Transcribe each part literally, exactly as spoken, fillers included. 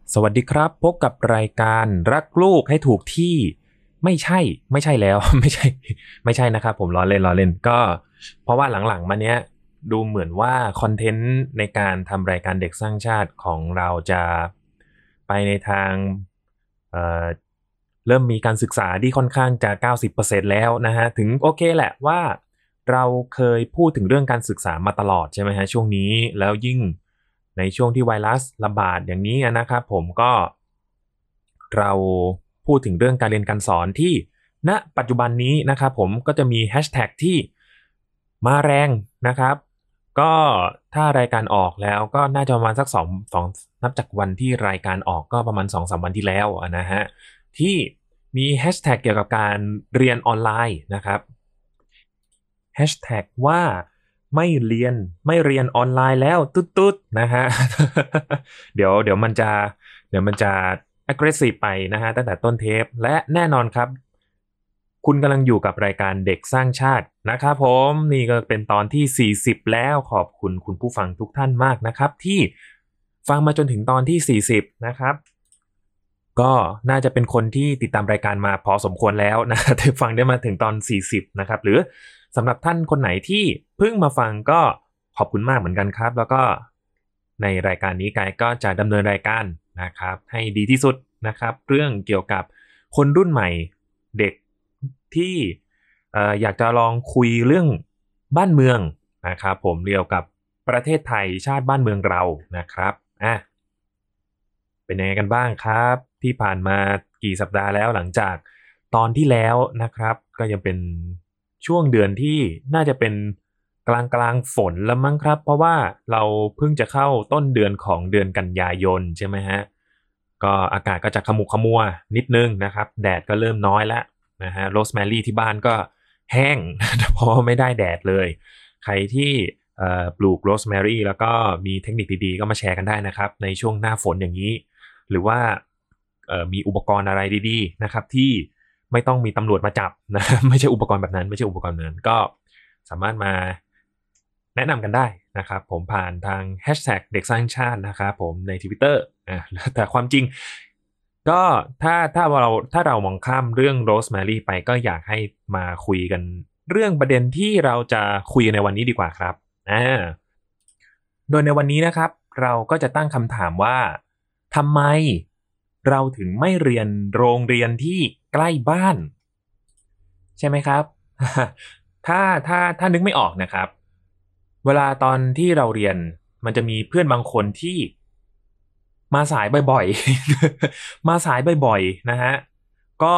สวัสดีครับพบกับรายการรักลูกให้ถูกที่ไม่ใช่ไม่ใช่แล้ว ไม่ใช่ไม่ใช่นะครับผมล้อเล่นล้อเล่นก็เพราะว่าหลังๆมาเนี้ยดูเหมือนว่าคอนเทนต์ในการทำรายการเด็กสร้างชาติของเราจะไปในทางเอ่อเริ่มมีการศึกษาที่ค่อนข้างจะเก้าสิบเปอร์เซ็นต์แล้วนะฮะถึงโอเคแหละว่าเราเคยพูดถึงเรื่องการศึกษามาตลอดใช่ไหมฮะช่วงนี้แล้วยิ่ง ในช่วงที่ไวรัสระบาดอย่างนี้นะครับผมก็เราพูดถึงเรื่องการเรียนการสอนที่ณปัจจุบันนี้นะครับผมก็จะมีแฮชแท็กที่มาแรงนะครับก็ถ้ารายการออกแล้วก็น่าจะประมาณสักสองสองนับจากวันที่รายการออกก็ประมาณสองสามวันที่แล้วนะฮะที่มีแฮชแท็กเกี่ยวกับการเรียนออนไลน์นะครับแฮชแท็กว่า ไม่เรียนไม่เรียนออนไลน์แล้วตุ๊ดๆนะฮะ เดี๋ยวเดี๋ยวมันจะเดี๋ยวมันจะ aggressive ไปนะฮะตั้งแต่ต้นเทปและแน่นอนครับคุณกำลังอยู่กับรายการเด็กสร้างชาตินะครับผมนี่ก็เป็นตอนที่สี่สิบแล้วขอบคุณคุณผู้ฟังทุกท่านมากนะครับที่ฟังมาจนถึงตอนที่สี่สิบนะครับก็น่าจะเป็นคนที่ติดตามรายการมาพอสมควรแล้วนะที่ฟังได้มาถึงตอนสี่สิบนะครับหรือ สำหรับท่านคนไหนที่เพิ่งมาฟังก็ขอบคุณมากเหมือนกันครับแล้วก็ในรายการนี้กายก็จะดำเนินรายการนะครับให้ดีที่สุดนะครับเรื่องเกี่ยวกับคนรุ่นใหม่เด็กที่เอ่ออยากจะลองคุยเรื่องบ้านเมืองนะครับผมเกี่ยวกับประเทศไทยชาติบ้านเมืองเรานะครับอ่ะเป็นยังไงกันบ้างครับที่ผ่านมากี่สัปดาห์แล้วหลังจากตอนที่แล้วนะครับก็ยังเป็น ช่วงเดือนที่น่าจะเป็นกลางกลางฝนแล้วมั้งครับเพราะว่าเราเพิ่งจะเข้าต้นเดือนของเดือนกันยายนใช่ไหมฮะก็อากาศก็จะขมุกขมัวนิดนึงนะครับแดดก็เริ่มน้อยแล้วนะฮะโรสแมรี่ที่บ้านก็แห้งเพราะไม่ได้แดดเลยใครที่ปลูกโรสแมรี่แล้วก็มีเทคนิคดีๆก็มาแชร์กันได้นะครับในช่วงหน้าฝนอย่างนี้หรือว่ามีอุปกรณ์อะไรดีๆนะครับที่ ไม่ต้องมีตำรวจมาจับนะไม่ใช่อุปกรณ์แบบนั้นไม่ใช่อุปกรณ์แบบนั้นก็สามารถมาแนะนำกันได้นะครับผมผ่านทางแฮชแท็กเด็กสร้างชาตินะครับผมใน Twitter อ่ะแต่ความจริงก็ถ้าถ้าเราถ้าเรามองข้ามเรื่องโรสแมรี่ไปก็อยากให้มาคุยกันเรื่องประเด็นที่เราจะคุยในวันนี้ดีกว่าครับอ่าโดยในวันนี้นะครับเราก็จะตั้งคำถามว่าทำไมเราถึงไม่เรียนโรงเรียนที่ใกล้บ้าน ใช่ไหมครับ ถ้าถ้าถ้านึกไม่ออกนะครับเวลาตอนที่เราเรียนมันจะมีเพื่อนบางคนที่มาสายบ่อยๆ มาสายบ่อยๆนะฮะก็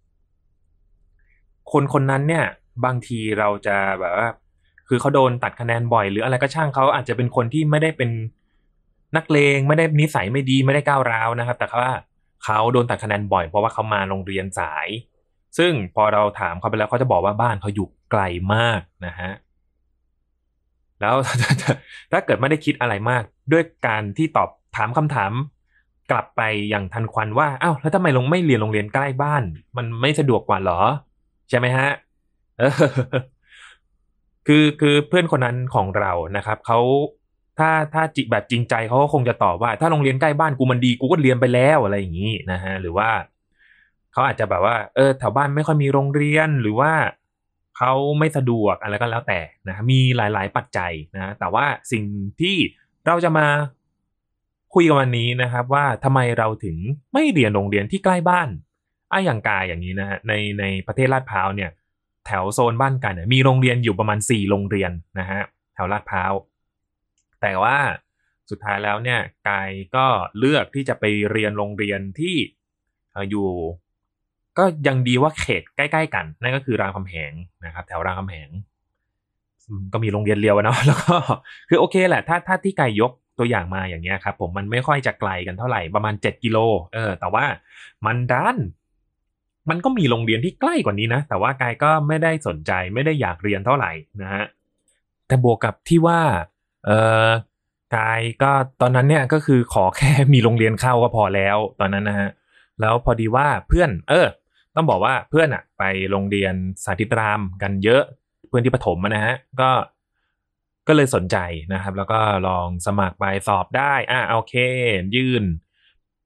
คนคนนั้นเนี่ยบางทีเราจะแบบว่าคือเขาโดนตัดคะแนนบ่อยหรืออะไรก็ช่างเขาอาจจะเป็นคนที่ไม่ได้เป็นนักเลงไม่ได้นิสัยไม่ดีไม่ได้ก้าวร้าวนะครับแต่ว่าเขาโดนตัดคะแนนบ่อยเพราะว่าเขามาโรงเรียนสาย ซึ่งพอเราถามเขาไปแล้วเขาจะบอกว่าบ้านเขาอยู่ไกลมากนะฮะแล้วถ้าเกิดไม่ได้คิดอะไรมากด้วยการที่ตอบถามคำถามกลับไปอย่างทันควันว่าอ้าวแล้วทำไมลงไม่เรียนโรงเรียนใกล้บ้านมันไม่สะดวกกว่าเหรอใช่ไหมฮะเออคือคือเพื่อนคนนั้นของเรานะครับเขาถ้าถ้าจิแบบจริงใจเขาก็คงจะตอบว่าถ้าโรงเรียนใกล้บ้านกูมันดีกูก็เรียนไปแล้วอะไรอย่างนี้นะฮะหรือว่า เขาอาจจะแบบว่าเออแถวบ้านไม่ค่อยมีโรงเรียนหรือว่าเขาไม่สะดวกอะไรก็แล้วแต่นะมีหลายๆปัจจัยนะแต่ว่าสิ่งที่เราจะมาคุยกันวันนี้นะครับว่าทำไมเราถึงไม่เรียนโรงเรียนที่ใกล้บ้านอ่ะอย่างกายอย่างนี้นะฮะในในประเทศลาดพร้าวเนี่ยแถวโซนบ้านกันเนี่ยมีโรงเรียนอยู่ประมาณสี่โรงเรียนนะฮะแถวลาดพร้าวแต่ว่าสุดท้ายแล้วเนี่ยกายก็เลือกที่จะไปเรียนโรงเรียนที่อยู่ ก็ยังดีว่าเขตใกล้ๆกันนั่นก็คือรามคำแหงนะครับแถวรามคำแหงก็มีโรงเรียนเรียวเนาะแล้วก็คือโอเคแหละถ้าถ้าที่ไกลยกตัวอย่างมาอย่างเงี้ยครับผมมันไม่ค่อยจะไกลกันเท่าไหร่ประมาณเจ็ดกิโลเออแต่ว่ามันดันมันก็มีโรงเรียนที่ใกล้กว่านี้นะแต่ว่ากายก็ไม่ได้สนใจไม่ได้อยากเรียนเท่าไหร่นะฮะแต่บวกกับที่ว่าเออกายก็ตอนนั้นเนี่ยก็คือขอแค่มีโรงเรียนเข้าก็พอแล้วตอนนั้นนะฮะแล้วพอดีว่าเพื่อนเออ ต้องบอกว่าเพื่อนอะไปโรงเรียนสาธิตรามกันเยอะเพื่อนที่ประถมนะฮะก็ก็เลยสนใจนะครับแล้วก็ลองสมัครไปสอบได้อ่าโอเคยื่น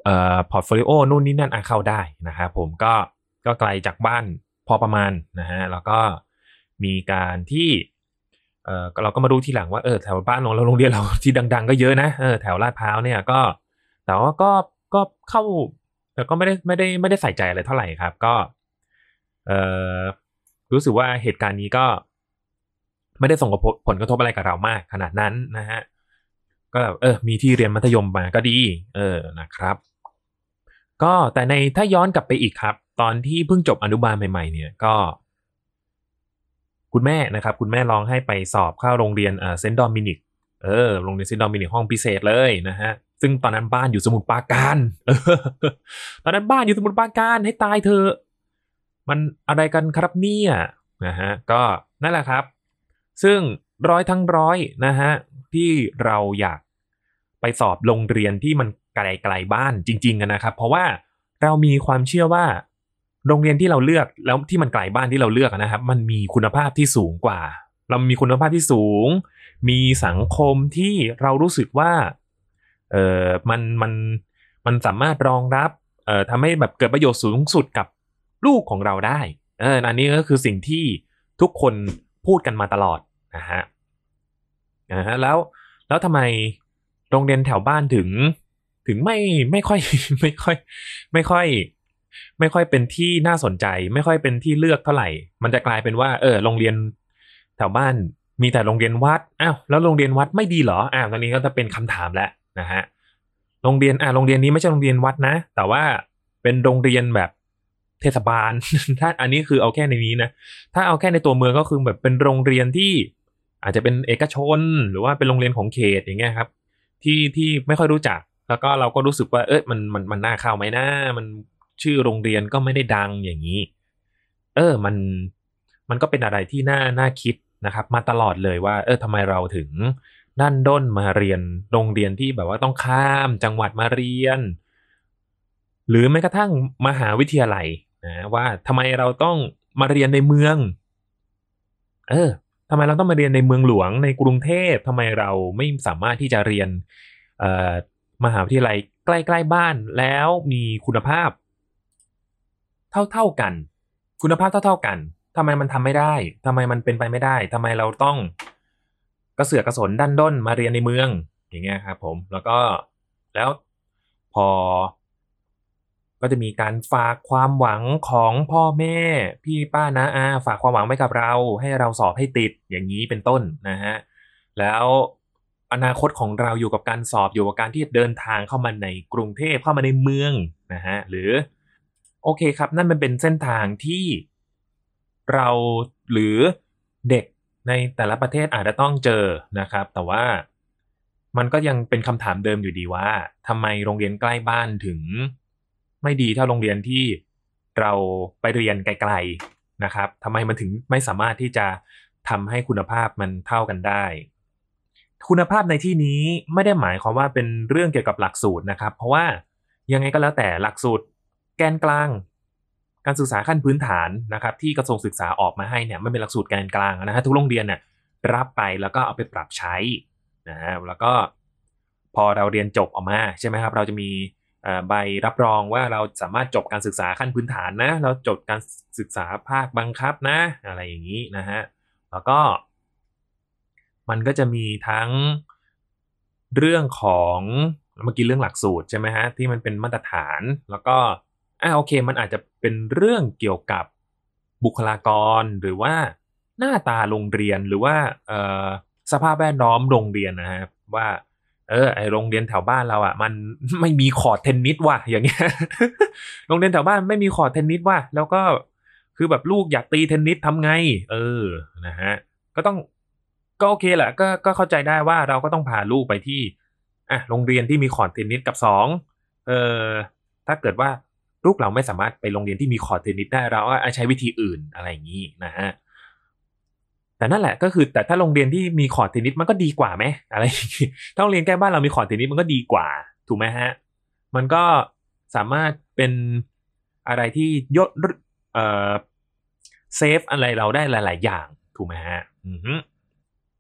เอ่อพอร์ตโฟลิโอนู่นนี่นั่นอ่ะเข้าได้นะครับผมก็ก็ไกลจากบ้านพอประมาณนะฮะแล้วก็มีการที่เอ่อเราก็มาดูทีหลังว่าเออแถวบ้านเราโรงเรียนเราที่ดังๆก็เยอะนะเออแถวลาดพร้าวเนี่ยก็แต่ว่าก็ก็เข้าแต่ก็ไม่ได้ไม่ได้ไม่ได้ใส่ใจอะไรเท่าไหร่ครับก็เอ่อรู้สึกว่าเหตุการณ์นี้ก็ไม่ได้ส่งผลกระทบอะไรกับเรามากขนาดนั้นนะฮะก็เออมีที่เรียนมัธยมมาก็ดีเออนะครับก็แต่ในถ้าย้อนกลับไปอีกครับตอนที่เพิ่งจบอนุบาลใหม่ๆเนี่ยก็คุณแม่นะครับคุณแม่ลองให้ไปสอบเข้าโรงเรียนเอ่อเซนต์ดอมินิกเออโรงเรียนเซนต์ดอมินิกห้องพิเศษเลยนะฮะซึ่งตอนนั้นบ้านอยู่สมุทรปราการเออตอนนั้นบ้านอยู่สมุทรปราการให้ตายเถอะมันอะไรกันครับเนี่ยนะฮะก็นั่นแหละครับซึ่งร้อยทั้งร้อยนะฮะที่เราอยากไปสอบโรงเรียนที่มันไกลๆบ้านจริงๆนะครับเพราะว่าเรามีความเชื่อว่าโรงเรียนที่เราเลือกแล้วที่มันไกลบ้านที่เราเลือกนะครับมันมีคุณภาพที่สูงกว่าเรามีคุณภาพที่สูงมีสังคมที่เรารู้สึกว่าเออมันมันมันสามารถรองรับเอ่อทำให้แบบเกิดประโยชน์สูงสุดกับลูกของเราได้เอออันนี้ก็คือสิ่งที่ทุกคนพูดกันมาตลอดนะฮะนะฮะแล้วแล้วทำไมโรงเรียนแถวบ้านถึงถึงไม่ไม่ค่อยไม่ค่อยไม่ค่อยไม่ค่อยเป็นที่น่าสนใจไม่ค่อยเป็นที่เลือกเท่าไหร่มันจะกลายเป็นว่าเออโรงเรียนแถวบ้านมีแต่โรงเรียนวัดอ้าวแล้วโรงเรียนวัดไม่ดีเหรออ้าวตอนนี้ก็จะเป็นคำถามแล้วนะฮะโรงเรียนอ่าโรงเรียนนี้ไม่ใช่โรงเรียนวัดนะแต่ว่าเป็นโรงเรียนแบบเทศบาล ถ้าอันนี้คือเอาแค่ในนี้นะถ้าเอาแค่ในตัวเมืองก็คือแบบเป็นโรงเรียนที่อาจจะเป็นเอกชนหรือว่าเป็นโรงเรียนของเขตอย่างเงี้ยครับที่ที่ไม่ค่อยรู้จักแล้วก็เราก็รู้สึกว่าเอ้ยมันมันมันน่าเข้าไหมนะมันชื่อโรงเรียนก็ไม่ได้ดังอย่างนี้เออมันมันก็เป็นอะไรที่น่าน่าคิดนะครับมาตลอดเลยว่าเออทำไมเราถึงดันด้นมาเรียนโรงเรียนที่แบบว่าต้องข้ามจังหวัดมาเรียนหรือแม้กระทั่งมหาวิทยาลัยนะว่าทำไมเราต้องมาเรียนในเมืองเออทำไมเราต้องมาเรียนในเมืองหลวงในกรุงเทพทำไมเราไม่สามารถที่จะเรียนเอ่อมหาวิทยาลัยใกล้ๆบ้านแล้วมีคุณภาพเท่าๆกันคุณภาพเท่าๆกันทำไมมันทำไม่ได้ทำไมมันเป็นไปไม่ได้ทำไมเราต้องกระเสือกกระสนดันด้นมาเรียนในเมืองอย่างเงี้ยครับผมแล้วก็แล้วพอก็จะมีการฝากความหวังของพ่อแม่พี่ป้าน้าอาฝากความหวังไว้กับเราให้เราสอบให้ติดอย่างนี้เป็นต้นนะฮะแล้วอนาคตของเราอยู่กับการสอบอยู่กับการที่เดินทางเข้ามาในกรุงเทพเข้ามาในเมืองนะฮะหรือโอเคครับนั่นมันเป็นเส้นทางที่เราหรือเด็กในแต่ละประเทศอาจจะต้องเจอนะครับแต่ว่ามันก็ยังเป็นคำถามเดิมอยู่ดีว่าทำไมโรงเรียนใกล้บ้านถึงไม่ดีเท่าโรงเรียนที่เราไปเรียนไกลๆนะครับทำไมมันถึงไม่สามารถที่จะทำให้คุณภาพมันเท่ากันได้คุณภาพในที่นี้ไม่ได้หมายความว่าเป็นเรื่องเกี่ยวกับหลักสูตรนะครับเพราะว่ายังไงก็แล้วแต่หลักสูตรแกนกลางการศึกษาขั้นพื้นฐานนะครับที่กระทรวงศึกษาออกมาให้เนี่ยมันเป็นหลักสูตรแกนกลางนะฮะทุกโรงเรียนเนี่ยรับไปแล้วก็เอาไปปรับใช้นะฮะแล้วก็พอเราเรียนจบออกมาใช่ไหมครับเราจะมีใบรับรองว่าเราสามารถจบการศึกษาขั้นพื้นฐานนะเราจบการศึกษาภาคบังคับนะอะไรอย่างนี้นะฮะแล้วก็มันก็จะมีทั้งเรื่องของเมื่อกี้เรื่องหลักสูตรใช่ไหมฮะที่มันเป็นมาตรฐานแล้วก็อ่าโอเคมันอาจจะเป็นเรื่องเกี่ยวกับบุคลากรหรือว่าหน้าตาโรงเรียนหรือว่าเอ่อสภาพแวดล้อมโรงเรียนนะครับว่าเออไอโรงเรียนแถวบ้านเราอ่ะมันไม่มีคอร์ตเทนนิสว่ะอย่างเงี้ย โรงเรียนแถวบ้านไม่มีคอร์ตเทนนิสว่ะแล้วก็คือแบบลูกอยากตีเทนนิสทำไงเออนะฮะก็ต้องก็โอเคแหละก็ก็เข้าใจได้ว่าเราก็ต้องพาลูกไปที่อ่ะโรงเรียนที่มีคอร์ตเทนนิสกับสองเออถ้าเกิดว่าลูกเราไม่สามารถไปโรงเรียนที่มีคอร์ตเทนนิสได้เราก็ใช้วิธีอื่นอะไรอย่างนี้นะฮะแต่นั่นแหละก็คือแต่ถ้าโรงเรียนที่มีคอร์ตเทนนิสมันก็ดีกว่าไหมอะไรอย่างงี้ถ้าโรงเรียนใกล้บ้านเรามีคอร์ตเทนนิสมันก็ดีกว่าถูกไหมฮะมันก็สามารถเป็นอะไรที่ยดเอ่อเซฟอะไรเราได้หลายๆอย่างถูกไหมฮะอือฮึ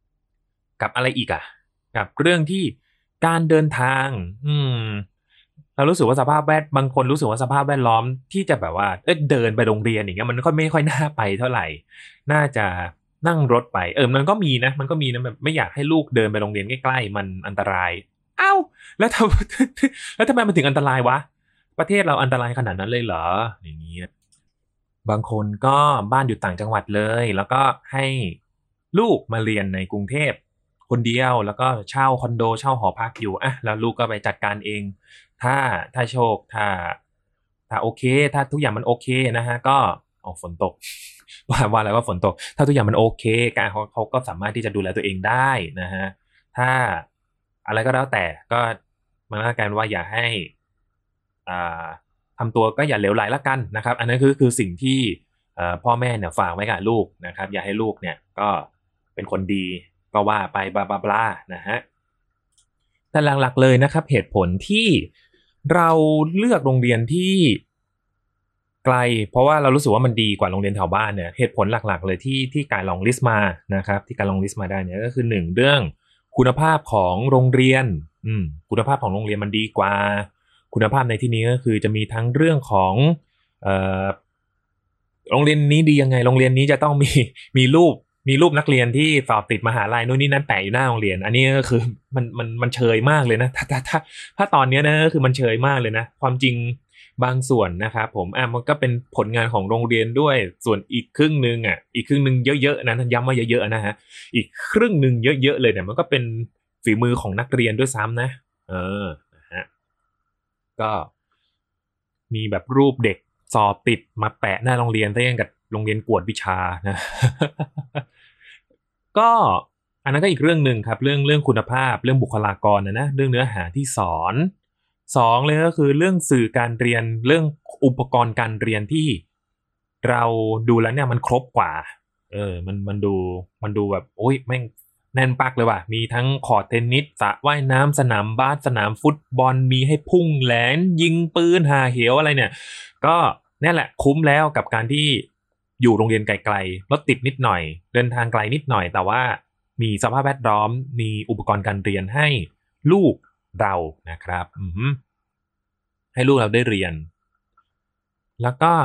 กับอะไรอีกอะกับเรื่องที่การเดินทางอืมเรารู้สึกว่าสภาพแวดบางคนรู้สึกว่าสภาพแวดล้อมที่จะแบบว่าเอ้ยเดินไปโรงเรียนอย่างเงี้ยมันก็ไม่ค่อยน่าไปเท่าไหร่น่าจะนั่งรถไปเออมันก็มีนะมันก็มีนะแบบไม่อยากให้ลูกเดินไปโรงเรียนใกล้ๆมันอันตรายอ้าวแล้วทำ แล้วทำไมมันถึงอันตรายวะประเทศเราอันตรายขนาดนั้นเลยเหรออย่างนี้บางคนก็บ้านอยู่ต่างจังหวัดเลยแล้วก็ให้ลูกมาเรียนในกรุงเทพคนเดียวแล้วก็เช่าคอนโดเช่าหอพักอยู่อ่ะแล้วลูกก็ไปจัดการเองถ้าถ้าโชคถ้าถ้าโอเคถ้าทุกอย่างมันโอเคนะฮะก็ออกฝนตก ว่าว่าอะไรว่าฝนตกถ้าทุกอย่างมันโอเคการเขาเขาก็สามารถที่จะดูแลตัวเองได้นะฮะถ้าอะไรก็แล้วแต่ก็มันก็กลายเป็นว่าอย่าให้อ่าทำตัวก็อย่าเหลวไหลละกันนะครับอันนั้นคือคือสิ่งที่พ่อแม่เนี่ยฝากไว้กับลูกนะครับอย่าให้ลูกเนี่ยก็เป็นคนดีก็ว่าไปบลาบลาบลานะฮะแต่หลักๆเลยนะครับเหตุผลที่เราเลือกโรงเรียนที่ไกลเพราะว่าเรารู้สึกว่ามันดีกว่าโรงเรียนแถวบ้านเนี่ยเหตุผลหลักๆเลยที่ที่การลองลิสต์มานะครับที่การลองลิสต์มาได้เนี่ยก็คือหนึ่งเรื่องคุณภาพของโรงเรียนอืมคุณภาพของโรงเรียนมันดีกว่าคุณภาพในที่นี้ก็คือจะมีทั้งเรื่องของเอ่อโรงเรียนนี้ดียังไงโรงเรียนนี้จะต้องมีมีรูปมีรูปนักเรียนที่สอบติดมหาลัยนู่นนี่นั่นแปะอยู่หน้าโรงเรียนอันนี้ก็คือมันมันมันเชยมากเลยนะถ้าถ้าถ้าถ้าตอนนี้นะก็คือมันเชยมากเลยนะความจริงบางส่วนนะครับผมอ่ะมันก็เป็นผลงานของโรงเรียนด้วยส่วนอีกครึ่งนึงอ่ะอีกครึ่งนึงเยอะๆนะย้ำว่าเยอะๆนะฮะอีกครึ่งนึงเยอะๆเลยเนี่ยมันก็เป็นฝีมือของนักเรียนด้วยซ้ำนะเออนะฮะก็มีแบบรูปเด็กสอบติดมาแปะหน้าโรงเรียนซะอย่างกับโรงเรียนกวดวิชานะ ก็อันนั้นก็อีกเรื่องหนึ่งครับเรื่องเรื่องคุณภาพเรื่องบุคลากรนะนะเรื่องเนื้อหาที่สอนสองเลยก็คือเรื่องสื่อการเรียนเรื่องอุปกรณ์การเรียนที่เราดูแล้วเนี่ยมันครบกว่าเออมันมันดูมันดูแบบโอ้ยแม่งแน่นปักเลยว่ะมีทั้งคอร์ตเทนนิสสระว่ายน้ำสนามบาสสนามฟุตบอลมีให้พุ่งแหลนยิงปืนหาเหวอะไรเนี่ยก็นี่แหละคุ้มแล้วกับการที่อยู่โรงเรียนไกลๆรถติดนิดหน่อยเดินทางไกลนิดหน่อยแต่ว่ามีสภาพแวดล้อมมีอุปกรณ์การเรียนให้ลูกเรานะครับอืมให้ลูกเราได้เรียนแล้วก็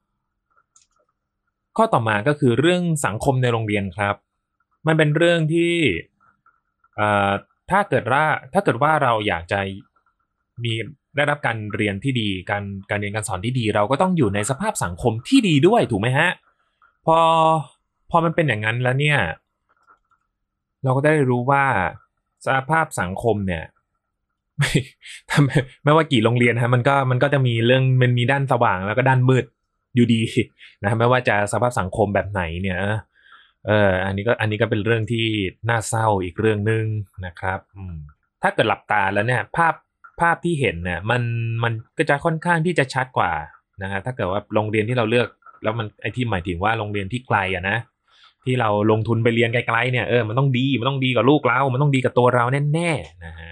ข้อต่อมาก็คือเรื่องสังคมในโรงเรียนครับมันเป็นเรื่องที่เอ่อถ้าเกิดว่าถ้าเกิดว่าเราอยากจะมีได้รับการเรียนที่ดีการการเรียนการสอนที่ดีเราก็ต้องอยู่ในสภาพสังคมที่ดีด้วยถูกไหมฮะพอพอมันเป็นอย่างนั้นแล้วเนี่ยเราก็ได้รู้ว่าสภาพสังคมเนี่ย ไม่ทำไม่ว่ากี่โรงเรียนฮะมันก็มันก็จะมีเรื่องมันมีด้านสว่างแล้วก็ด้านมืดอยู่ดีนะไม่ว่าจะสภาพสังคมแบบไหนเนี่ยเอออันนี้ก็อันนี้ก็เป็นเรื่องที่น่าเศร้าอีกเรื่องนึงนะครับอืมถ้าเกิดหลับตาแล้วเนี่ยภาพภาพที่เห็นเนี่ยมันมันก็จะค่อนข้างที่จะชัดกว่านะฮะถ้าเกิดว่าโรงเรียนที่เราเลือกแล้วมันไอ้ที่หมายถึงว่าโรงเรียนที่ไกลอะนะที่เราลงทุนไปเรียนไกลๆเนี่ยเออมันต้องดีมันต้องดีกับลูกเรามันต้องดีกับตัวเราแน่ๆนะฮะ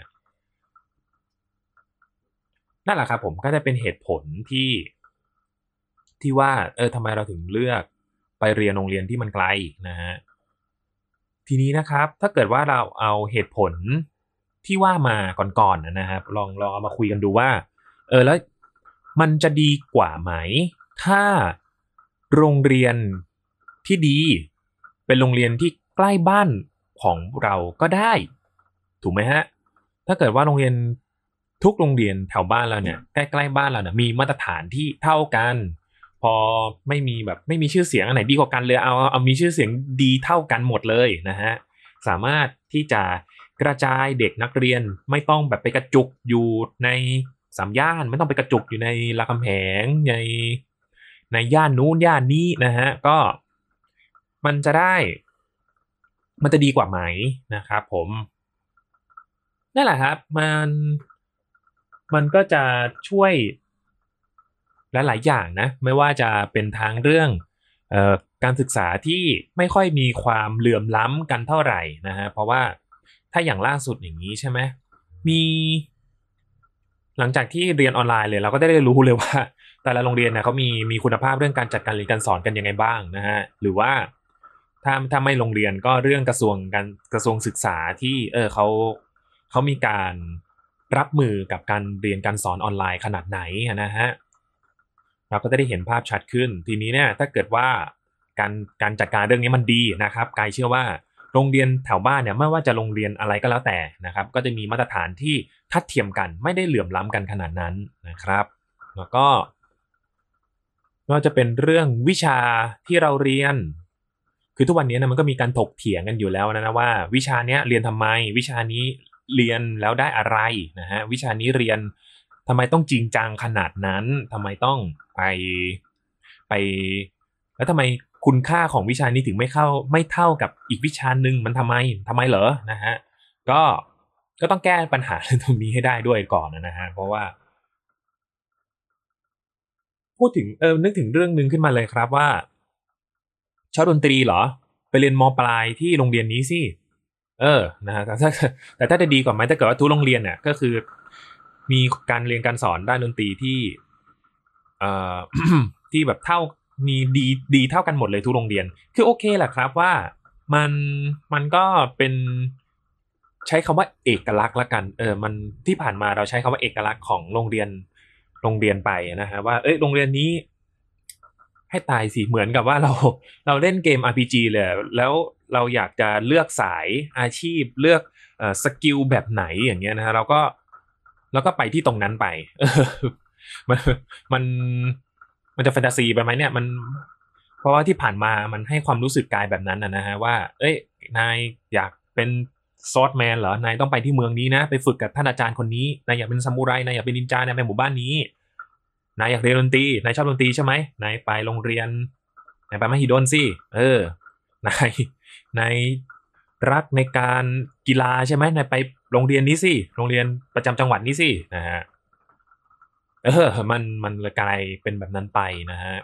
นั่นแหละครับผมก็จะเป็นเหตุผลที่ที่ว่าเออทำไมเราถึงเลือกไปเรียนโรงเรียนที่มันไกลนะฮะทีนี้นะครับถ้าเกิดว่าเราเอาเหตุผลที่ว่ามาก่อนๆนะนะครับลองลองเอามาคุยกันดูว่าเออแล้วมันจะดีกว่าไหมถ้าโรงเรียนที่ดีเป็นโรงเรียนที่ใกล้บ้านของเราก็ได้ถูกไหมฮะถ้าเกิดว่าโรงเรียนทุกโรงเรียนแถวบ้านเราเนี่ยใกล้ๆบ้านเราเนี่ยมีมาตรฐานที่เท่ากันพอไม่มีแบบไม่มีชื่อเสียงอันไหนดีกว่ากันเลยเอาเอามีชื่อเสียงดีเท่ากันหมดเลยนะฮะสามารถที่จะกระจายเด็กนักเรียนไม่ต้องแบบไปกระจุกอยู่ในสามย่านไม่ต้องไปกระจุกอยู่ในรามคำแหงในในย่านนู้นย่านนี้นะฮะก็มันจะได้มันจะดีกว่าไหมนะครับผมนั่นแหละครับมันมันก็จะช่วยหลายๆอย่างนะไม่ว่าจะเป็นทางเรื่องเอ่อการศึกษาที่ไม่ค่อยมีความเหลื่อมล้ำกันเท่าไหร่นะฮะเพราะว่าถ้าอย่างล่าสุดอย่างนี้ใช่ไหมมีหลังจากที่เรียนออนไลน์เลยเราก็ได้รู้เลยว่าแต่ละโรงเรียนเนี่ยเขามีมีคุณภาพเรื่องการจัดการเรียนการสอนกันยังไงบ้างนะฮะหรือว่าถ้าถ้าไม่โรงเรียนก็เรื่องกระทรวงการกระทรวงศึกษาที่เออเขาเขามีการรับมือกับการเรียนการสอนออนไลน์ขนาดไหนนะฮะเราก็จะได้เห็นภาพชัดขึ้นทีนี้เนี่ยถ้าเกิดว่าการการจัดการเรื่องนี้มันดีนะครับกายเชื่อว่าโรงเรียนแถวบ้านเนี่ยไม่ว่าจะโรงเรียนอะไรก็แล้วแต่นะครับก็จะมีมาตรฐานที่ทัดเทียมกันไม่ได้เหลื่อมล้ำกันขนาดนั้นนะครับแล้วก็ไม่ว่าจะเป็นเรื่องวิชาที่เราเรียนคือทุกวันนี้นะมันก็มีการถกเถียงกันอยู่แล้วนะนะว่าวิชาเนี้ยเรียนทำไมวิชานี้เรียนแล้วได้อะไรนะฮะวิชานี้เรียนทำไมต้องจริงจังขนาดนั้นทำไมต้องไปไปแล้วทำไมคุณค่าของวิชานี้ถึงไม่เข้าไม่เท่ากับอีกวิชาหนึ่งมันทำไมทำไมเหรอนะฮะก็ก็ต้องแก้ปัญหาตรงนี้ให้ได้ด้วยก่อนนะฮะเพราะว่าพูดถึงเออนึกถึงเรื่องนึงขึ้นมาเลยครับว่าชอบดนตรีเหรอไปเรียนม.ปลายที่โรงเรียนนี้สิเออนะฮะแต่ถ้าแต่ถ้าจะดีกว่าไหมถ้าเกิดว่าทุกโรงเรียนเนี่ยก็คือมีการเรียนการสอนด้านดนตรีที่เอ่อ ที่แบบเท่ามีดีดีเท่ากันหมดเลยทุกโรงเรียนคือโอเคแหละครับว่ามันมันก็เป็นใช้คำว่าเอกลักษณ์ละกันเออมันที่ผ่านมาเราใช้คำว่าเอกลักษณ์ของโรงเรียนโรงเรียนไปนะฮะว่าเอ้ยโรงเรียนนี้ให้ตายสิเหมือนกับว่าเราเราเล่นเกม อาร์ พี จี เลยแล้วเราอยากจะเลือกสายอาชีพเลือกเอ่อสกิลแบบไหนอย่างเงี้ยนะฮะเราก็แล้วก็ไปที่ตรงนั้นไปมันมันมันจะแฟนตาซีไปไหมเนี่ยมันเพราะว่าที่ผ่านมามันให้ความรู้สึกกายแบบนั้นนะฮะว่าเอ้ยนายอยากเป็นซอร์ดแมนเหรอนายต้องไปที่เมืองนี้นะไปฝึกกับท่านอาจารย์คนนี้นายอยากเป็นซามูไรนายอยากเป็นนินจานายไปหมู่บ้านนี้นายอยากเรียนดนตรีนายชอบดนตรีใช่ไหมนายไปโรงเรียนนายไปมหิดลสิเออนายนายรักในการกีฬาใช่ไหมนายไปโรงเรียนนี้สิโรงเรียนประจำจังหวัดนี้สินะฮะเออมันมันเลยกลายเป็นแบบนั้นไปนะฮะ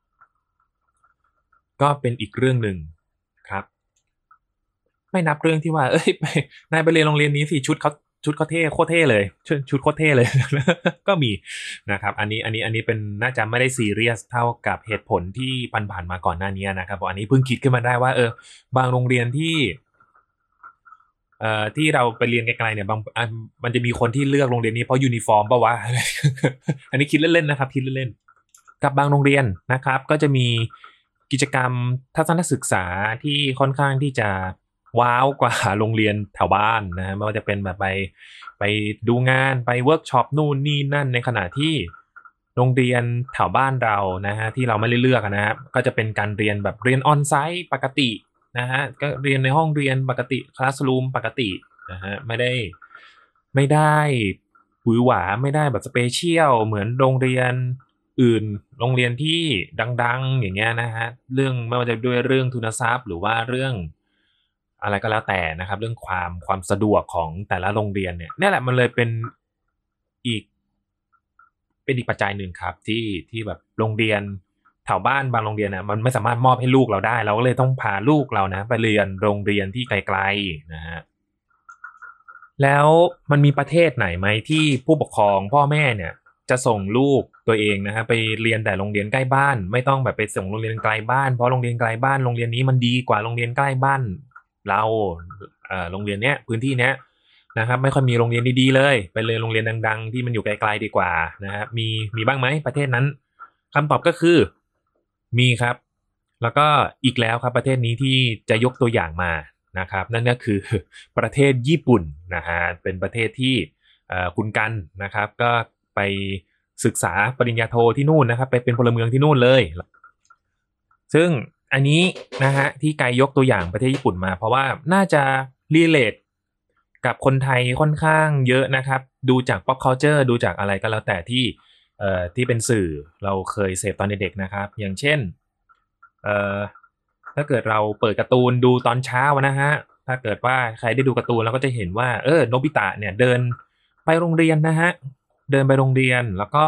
ก็เป็นอีกเรื่องหนึ่งครับไม่นับเรื่องที่ว่าเอ้ยไปนายไปเรียนโรงเรียนนี้สิชุดเขาชุดเขาเท่โคตรเท่เลยชุดชุดโคตรเท่เลย ก็มีนะครับอันนี้อันนี้อันนี้เป็นน่าจะไม่ได้ซีเรียสเท่ากับเหตุผลที่ผ่านๆมาก่อนหน้านี้นะครับเพราะอันนี้เพิ่งคิดขึ้นมาได้ว่าเออบางโรงเรียนที่เอ่อที่เราไปเรียนไกลๆเนี่ยบางอันมันจะมีคนที่เลือกโรงเรียนนี้เพราะยูนิฟอร์มป่าวะ อันนี้คิดเล่นๆนะครับคิดเล่นๆกับบางโรงเรียนนะครับก็จะมีกิจกรรมทัศนศึกษาที่ค่อนข้างที่จะว้าวกว่าโรงเรียนแถวบ้านนะฮะไม่ว่าจะเป็นแบบไปไปดูงานไปเวิร์กช็อปนู่นนี่นั่นในขณะที่โรงเรียนแถวบ้านเรานะฮะที่เราไม่ได้เลือกนะครับก็จะเป็นการเรียนแบบเรียนออนไซต์ปกตินะฮะก็เรียนในห้องเรียนปกติคลาสรูมปกตินะฮะไม่ได้ไม่ได้หวือหวาไม่ได้แบบสเปเชียลเหมือนโรงเรียนอื่นโรงเรียนที่ดังๆอย่างเงี้ยนะฮะเรื่องไม่ว่าจะด้วยเรื่องทุนทรัพย์หรือว่าเรื่องอะไรก็แล้วแต่นะครับเรื่องความความสะดวกของแต่ละโรงเรียนเนี่ยนี่แหละมันเลยเป็นอีกเป็นอีกปัจจัยหนึ่งครับที่ที่แบบโรงเรียนแถวบ้านบางโรงเรียนน่ะมันไม่สามารถมอบให้ลูกเราได้เราก็เลยต้องพาลูกเรานะไปเรียนโรงเรียนที่ไกลๆนะฮะแล้วมันมีประเทศไหนไหมที่ผู้ปกครองพ่อแม่เนี่ยจะส่งลูกตัวเองนะฮะไปเรียนแต่โรงเรียนใกล้บ้านไม่ต้องแบบไปส่งโรงเรียนไกลบ้านเพราะโรงเรียนไกลบ้านโรงเรียนนี้มันดีกว่าโรงเรียนใกล้บ้านเราเอ่อโรงเรียนเนี้ยพื้นที่เนี้ยนะครับไม่ค่อยมีโรงเรียนดีๆเลยไปเรียนโรงเรียนดังๆที่มันอยู่ไกลๆดีกว่านะครับมีมีบ้างไหมประเทศนั้นคำตอบก็คือมีครับแล้วก็อีกแล้วครับประเทศนี้ที่จะยกตัวอย่างมานะครับนั่นก็คือประเทศญี่ปุ่นนะฮะเป็นประเทศที่เอ่อคุณกันนะครับก็ไปศึกษาปริญญาโทที่นู่นนะครับไปเป็นพลเมืองที่นู่นเลยซึ่งอันนี้นะฮะที่ไกยกตัวอย่างประเทศญี่ปุ่นมาเพราะว่าน่าจะรีเลทกับคนไทยค่อนข้างเยอะนะครับดูจาก pop culture ดูจากอะไรก็แล้วแต่ที่เอ่อที่เป็นสื่อเราเคยเสพตอนเด็กๆนะครับอย่างเช่นเอ่อถ้าเกิดเราเปิดการ์ตูนดูตอนเช้านะฮะถ้าเกิดว่าใครได้ดูการ์ตูนเราก็จะเห็นว่าเออโนบิตะเนี่ยเดินไปโรงเรียนนะฮะเดินไปโรงเรียนแล้วก็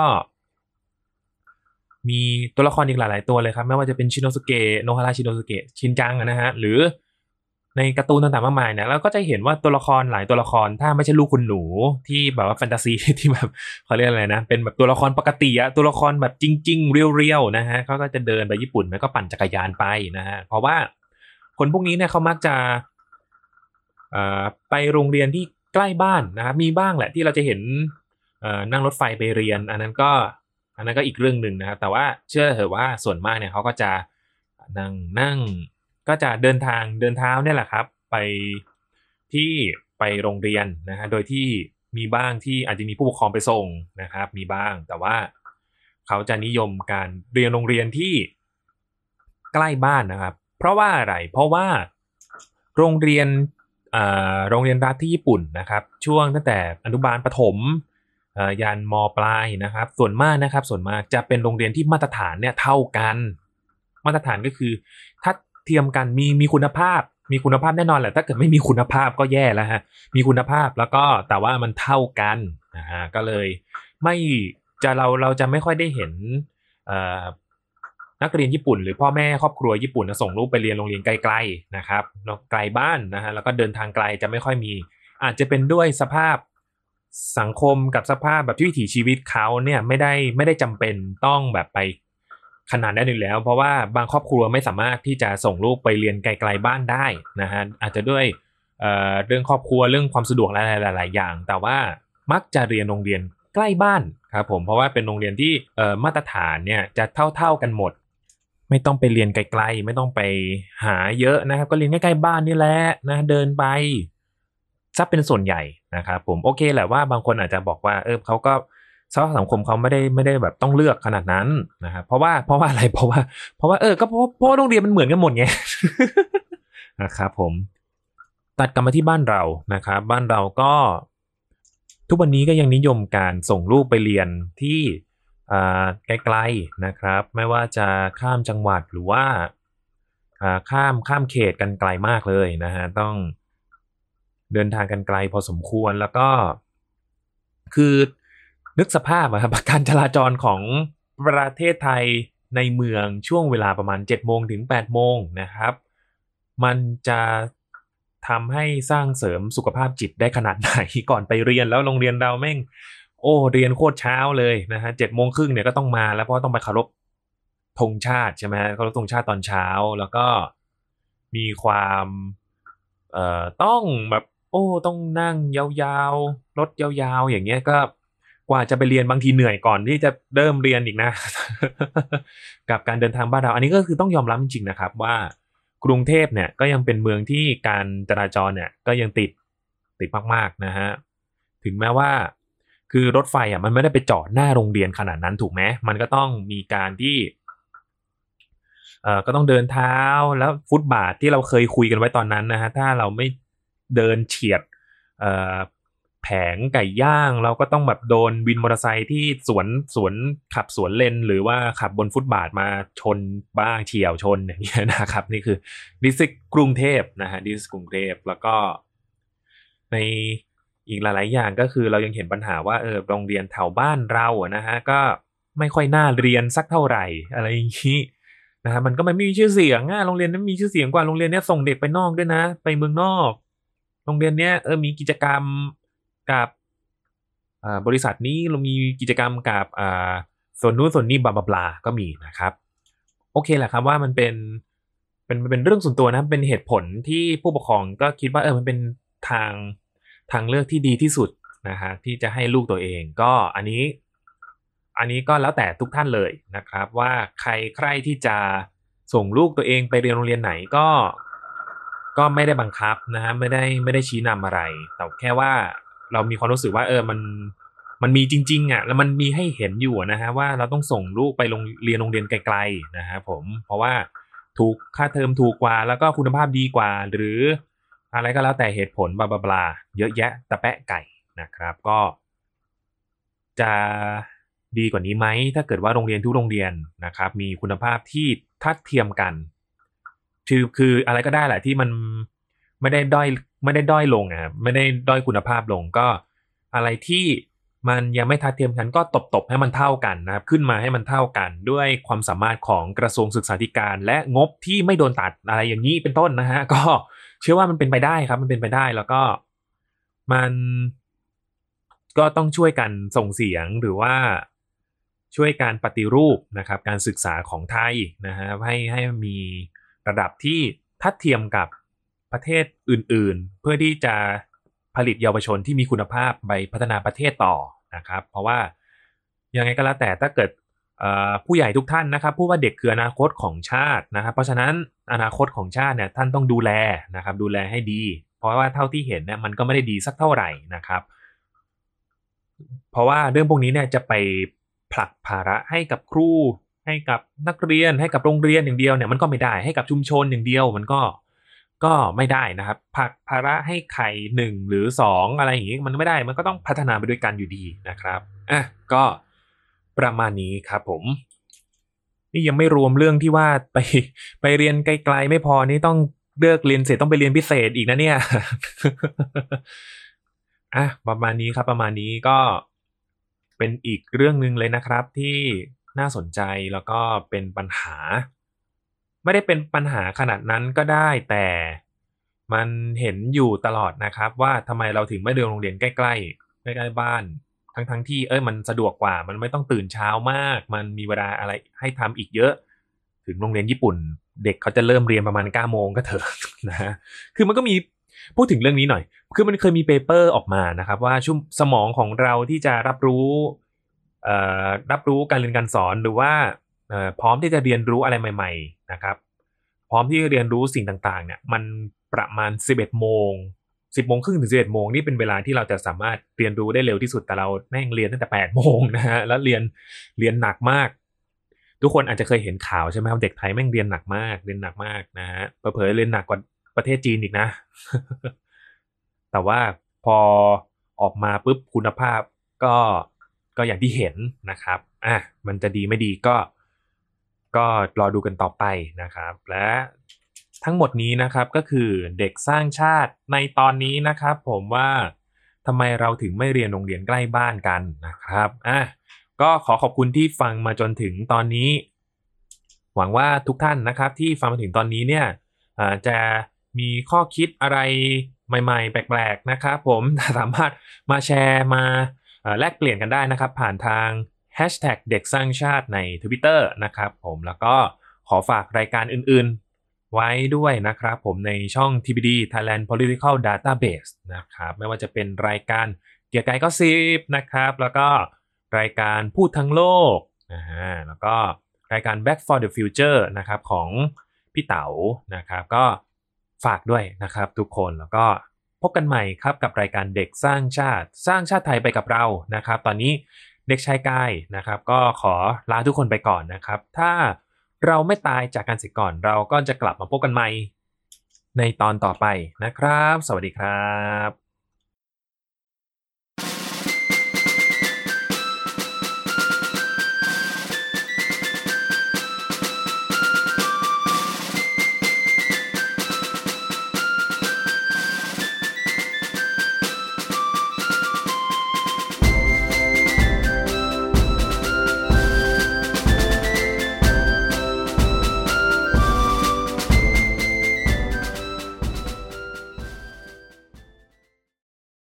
มีตัวละครอีกหลายๆตัวเลยครับไม่ว่าจะเป็นชินโนสุเกะโนฮาระชินโนสุเกะชินจังนะฮะหรือในการ์ตูนต่างๆมากมายเนี่ยเราก็จะเห็นว่าตัวละครหลายตัวละครถ้าไม่ใช่ลูกคุณหนูที่แบบว่าแฟนตาซี ที่แบบเขาเรียกอะไรนะเป็นแบบตัวละครปกติอะตัวละครแบบจริงๆเรียวๆนะฮะเขาก็จะเดินไปญี่ปุ่นแล้วก็ปั่นจักรยานไปนะฮะเพราะว่าคนพวกนี้เนี่ยเขามักจะเอ่อไปโรงเรียนที่ใกล้บ้านนะครับมีบ้างแหละที่เราจะเห็นนั่งรถไฟไปเรียนอันนั้นก็อันนั้นก็อีกเรื่องหนึ่งนะครับแต่ว่าเชื่อเถอะว่าส่วนมากเนี่ยเขาก็จะนั่งนั่งก็จะเดินทางเดินเท้าเนี่ยแหละครับไปที่ไปโรงเรียนนะฮะโดยที่มีบ้างที่อาจจะมีผู้ปกครองไปส่งนะครับมีบ้างแต่ว่าเขาจะนิยมการเรียนโรงเรียนที่ใกล้บ้านนะครับเพราะว่าอะไรเพราะว่าโรงเรียนโรงเรียนรัฐที่ญี่ปุ่นนะครับช่วงตั้งแต่อนุบาลประถมยันมปลายนะครับส่วนมากนะครับส่วนมากจะเป็นโรงเรียนที่มาตรฐานเนี่ยเท่ากันมาตรฐานก็คือถ้าเทียมกันมีมีคุณภาพมีคุณภาพแน่นอนแหละถ้าเกิดไม่มีคุณภาพก็แย่แล้วฮะมีคุณภาพแล้วก็แต่ว่ามันเท่ากันนะฮะก็เลยไม่จะเราเราจะไม่ค่อยได้เห็นนักเรียนญี่ปุ่นหรือพ่อแม่ครอบครัวญี่ปุ่นส่งลูกไปเรียนโรงเรียนไกลๆนะครับไกลบ้านนะฮะแล้วก็เดินทางไกลจะไม่ค่อยมีอาจจะเป็นด้วยสภาพสังคมกับสภาพแบบวิถีชีวิตเขาเนี่ยไม่ได้ไม่ได้จำเป็นต้องแบบไปขนาดนั้นอยู่แล้วเพราะว่าบางครอบครัวไม่สามารถที่จะส่งลูกไปเรียนไกลๆบ้านได้นะฮะอาจจะด้วยเอ่อเรื่องครอบครัวเรื่องความสะดวกหลายๆอย่างแต่ว่ามักจะเรียนโรงเรียนใกล้บ้านครับผมเพราะว่าเป็นโรงเรียนที่เอ่อมาตรฐานเนี่ยจะเท่าๆกันหมดไม่ต้องไปเรียนไกลๆไม่ต้องไปหาเยอะนะครับก็เรียนใกล้ๆบ้านนี่แหละนะเดินไปซะเป็นส่วนใหญ่นะครับผมโอเคแหละว่าบางคนอาจจะบอกว่าเออเขาก็สภาพสังคมเขาไม่ได้ไม่ได้แบบต้องเลือกขนาดนั้นนะครับเพราะว่าเพราะว่าอะไรเพราะว่าเพราะว่าเออก็เพราะเพราะโรงเรียนมันเหมือนกันหมดไง นะครับผมตัดกลับมาที่บ้านเรานะครับบ้านเราก็ทุกวันนี้ก็ยังนิยมการส่งลูกไปเรียนที่ไกลๆนะครับไม่ว่าจะข้ามจังหวัดหรือว่าข้ามข้ามเขตกันไกลมากเลยนะฮะต้องเดินทางกันไกลพอสมควรแล้วก็คือนึกสภาพครับการจราจรของประเทศไทยในเมืองช่วงเวลาประมาณเจ็ดโมงถึงแปดโมงนะครับมันจะทำให้สร้างเสริมสุขภาพจิตได้ขนาดไหนก่อนไปเรียนแล้วโรงเรียนเราแม่งโอ้เรียนโคตรเช้าเลยนะฮะเจ็ดโมงครึ่งเนี่ยก็ต้องมาแล้วเพราะต้องไปเคารพธงชาติใช่ไหมเคารพธงชาติตอนเช้าแล้วก็มีความเอ่อต้องแบบโอ้ต้องนั่งยาวๆรถยาวๆอย่างเงี้ยก็กว่าจะไปเรียนบางทีเหนื่อยก่อนที่จะเริ่มเรียนอีกนะ กับการเดินทางบ้านเราอันนี้ก็คือต้องยอมรับจริงๆนะครับว่ากรุงเทพเนี่ยก็ยังเป็นเมืองที่การจราจรเนี่ยก็ยังติดติดมากๆนะฮะถึงแม้ว่าคือรถไฟอ่ะมันไม่ได้ไปจอดหน้าโรงเรียนขนาดนั้นถูกไหมมันก็ต้องมีการที่เอ่อก็ต้องเดินเท้าแล้วฟุตบาทที่เราเคยคุยกันไว้ตอนนั้นนะฮะถ้าเราไม่เดินเฉียดเอ่อแผงไก่ย่างเราก็ต้องแบบโดนวินมอเตอร์ไซค์ที่สวนสวนขับสวนเลนหรือว่าขับบนฟุตบาทมาชนบ้างเฉี่ยวชนอย่างเงี้ยนะครับนี่คือดิสทริกกรุงเทพนะฮะดิสทริกกรุงเทพแล้วก็ในอีกหลายๆอย่างก็คือเรายังเห็นปัญหาว่าเออโรงเรียนแถวบ้านเราอะนะฮะก็ไม่ค่อยน่าเรียนสักเท่าไหร่อะไรอย่างงี้นะครับมันก็ไม่มีชื่อเสียงอะโรงเรียนนั้นมีชื่อเสียงกว่าโรงเรียนเนี้ยส่งเด็กไปนอกด้วยนะไปเมืองนอกโรงเรียนเนี้ยเออมีกิจกรรมกับบริษัทนี้เรามีกิจกรรมกับส่วนนู้นส่วนนี้บลาบลาก็มีนะครับโอเคแหละครับว่ามันเป็นเป็นเป็นเรื่องส่วนตัวนะเป็นเหตุผลที่ผู้ปกครองก็คิดว่าเออมันเป็นทางทางเลือกที่ดีที่สุดนะฮะที่จะให้ลูกตัวเองก็อันนี้อันนี้ก็แล้วแต่ทุกท่านเลยนะครับว่าใครใครที่จะส่งลูกตัวเองไปเรียนโรงเรียนไหนก็ก็ไม่ได้บังคับนะฮะไม่ได้ไม่ได้ชี้นำอะไรแต่แค่ว่าเรามีความรู้สึกว่าเออมันมันมีจริงๆอ่ะแล้วมันมีให้เห็นอยู่นะฮะว่าเราต้องส่งลูกไปโรงเรียนโรงเรียนไกลๆนะฮะผมเพราะว่าถูกค่าเทอมถูกกว่าแล้วก็คุณภาพดีกว่าหรืออะไรก็แล้วแต่เหตุผลบลาบลาเยอะแยะตะแปะไก่นะครับก็จะดีกว่านี้ไหมถ้าเกิดว่าโรงเรียนทุกโรงเรียนนะครับมีคุณภาพที่ทัดเทียมกันคือคืออะไรก็ได้แหละที่มันไม่ได้ด้อยไม่ได้ด้อยลงอ่ะไม่ได้ด้อยคุณภาพลงก็อะไรที่มันยังไม่ทัดเทียมกันก็ตบๆให้มันเท่ากันนะครับขึ้นมาให้มันเท่ากันด้วยความสามารถของกระทรวงศึกษาธิการและงบที่ไม่โดนตัดอะไรอย่างนี้เป็นต้นนะฮะก็เชื่อว่ามันเป็นไปได้ครับมันเป็นไปได้แล้วก็มันก็ต้องช่วยกันส่งเสียงหรือว่าช่วยการปฏิรูปนะครับการศึกษาของไทยนะฮะให้ให้มีระดับที่ทัดเทียมกับประเทศอื่นๆเพื่อที่จะผลิตเยาวชนที่มีคุณภาพไปพัฒนาประเทศต่อนะครับเพราะว่ายังไงก็แล้วแต่ถ้าเกิดผู้ใหญ่ทุกท่านนะครับพูดว่าเด็กคืออนาคตของชาตินะครับเพราะฉะนั้นอนาคตของชาติเนี่ยท่านต้องดูแลนะครับดูแลให้ดีเพราะว่าเท่าที่เห็นเนี่ยมันก็ไม่ได้ดีสักเท่าไหร่นะครับเพราะว่าเรื่องพวกนี้เนี่ยจะไปผลักภาระให้กับครูให้กับนักเรียนให้กับโรงเรียนอย่างเดียวเนี่ยมันก็ไม่ได้ให้กับชุมชนอย่างเดียวมันก็ก็ไม่ได้นะครับผลักภาระให้ใครหนึ่งหรือสองอะไรอย่างงี้มันไม่ได้มันก็ต้องพัฒนาไปด้วยกันอยู่ดีนะครับอ่ะก็ประมาณนี้ครับผมนี่ยังไม่รวมเรื่องที่ว่าไปไปเรียนไกลๆไม่พอนี่ต้องเลิกเรียนเสร็จต้องไปเรียนพิเศษอีกนะเนี่ย อ่ะประมาณนี้ครับประมาณนี้ก็เป็นอีกเรื่องนึงเลยนะครับที่น่าสนใจแล้วก็เป็นปัญหาไม่ได้เป็นปัญหาขนาดนั้นก็ได้แต่มันเห็นอยู่ตลอดนะครับว่าทำไมเราถึงไม่เรียนโรงเรียนใกล้ๆใกล้ๆบ้านทั้งๆที่เอ้ยมันสะดวกกว่ามันไม่ต้องตื่นเช้ามากมันมีเวลาอะไรให้ทำอีกเยอะถึงโรงเรียนญี่ปุ่นเด็กเขาจะเริ่มเรียนประมาณเก้าโมงก็เถอะนะฮะคือมันก็มีพูดถึงเรื่องนี้หน่อยคือมันเคยมีเปเปอร์ออกมานะครับว่าชุ่มสมองของเราที่จะรับรู้เอ่อรับรู้การเรียนการสอนหรือว่าเอ่อพร้อมที่จะเรียนรู้อะไรใหม่ๆนะครับพร้อมที่จะเรียนรู้สิ่งต่างๆเนี่ยมันประมาณสิบเอ็ดโมงสิบโมงครึ่งถึงสิบเอ็ดโมงนี่เป็นเวลาที่เราจะสามารถเรียนรู้ได้เร็วที่สุดแต่เราแม่งเรียนตั้งแต่แปดโมงนะฮะแล้วเรียนเรียนหนักมากทุกคนอาจจะเคยเห็นข่าวใช่ไหมครับเด็กไทยแม่งเรียนหนักมากเรียนหนักมากนะฮะเผลอๆเรียนหนักกว่าประเทศจีนอีกนะ แต่ว่าพอออกมาปุ๊บคุณภาพก็ก็อย่างที่เห็นนะครับอ่ะมันจะดีไม่ดีก็ก็รอดูกันต่อไปนะครับและทั้งหมดนี้นะครับก็คือเด็กสร้างชาติในตอนนี้นะครับผมว่าทำไมเราถึงไม่เรียนโรงเรียนใกล้บ้านกันนะครับอ่ะก็ขอขอบคุณที่ฟังมาจนถึงตอนนี้หวังว่าทุกท่านนะครับที่ฟังมาถึงตอนนี้เนี่ยจะมีข้อคิดอะไรใหม่ๆแปลกๆนะครับผมสามารถมาแชร์มาแลกเปลี่ยนกันได้นะครับผ่านทางแฮชแท็กเด็กสร้างชาติใน Twitter นะครับผมแล้วก็ขอฝากรายการอื่นๆไว้ด้วยนะครับผมในช่อง ที บี ดี Thailand Political Database นะครับไม่ว่าจะเป็นรายการเกียร์กายก็ซิบนะครับแล้วก็รายการพูดทั้งโลกนะฮะแล้วก็รายการ Back for the Future นะครับของพี่เต๋านะครับก็ฝากด้วยนะครับทุกคนแล้วก็พบกันใหม่ครับกับรายการเด็กสร้างชาติสร้างชาติไทยไปกับเรานะครับตอนนี้เด็กชายกายนะครับก็ขอลาทุกคนไปก่อนนะครับถ้าเราไม่ตายจากการศึกก่อนเราก็จะกลับมาพบกันใหม่ในตอนต่อไปนะครับสวัสดีครับ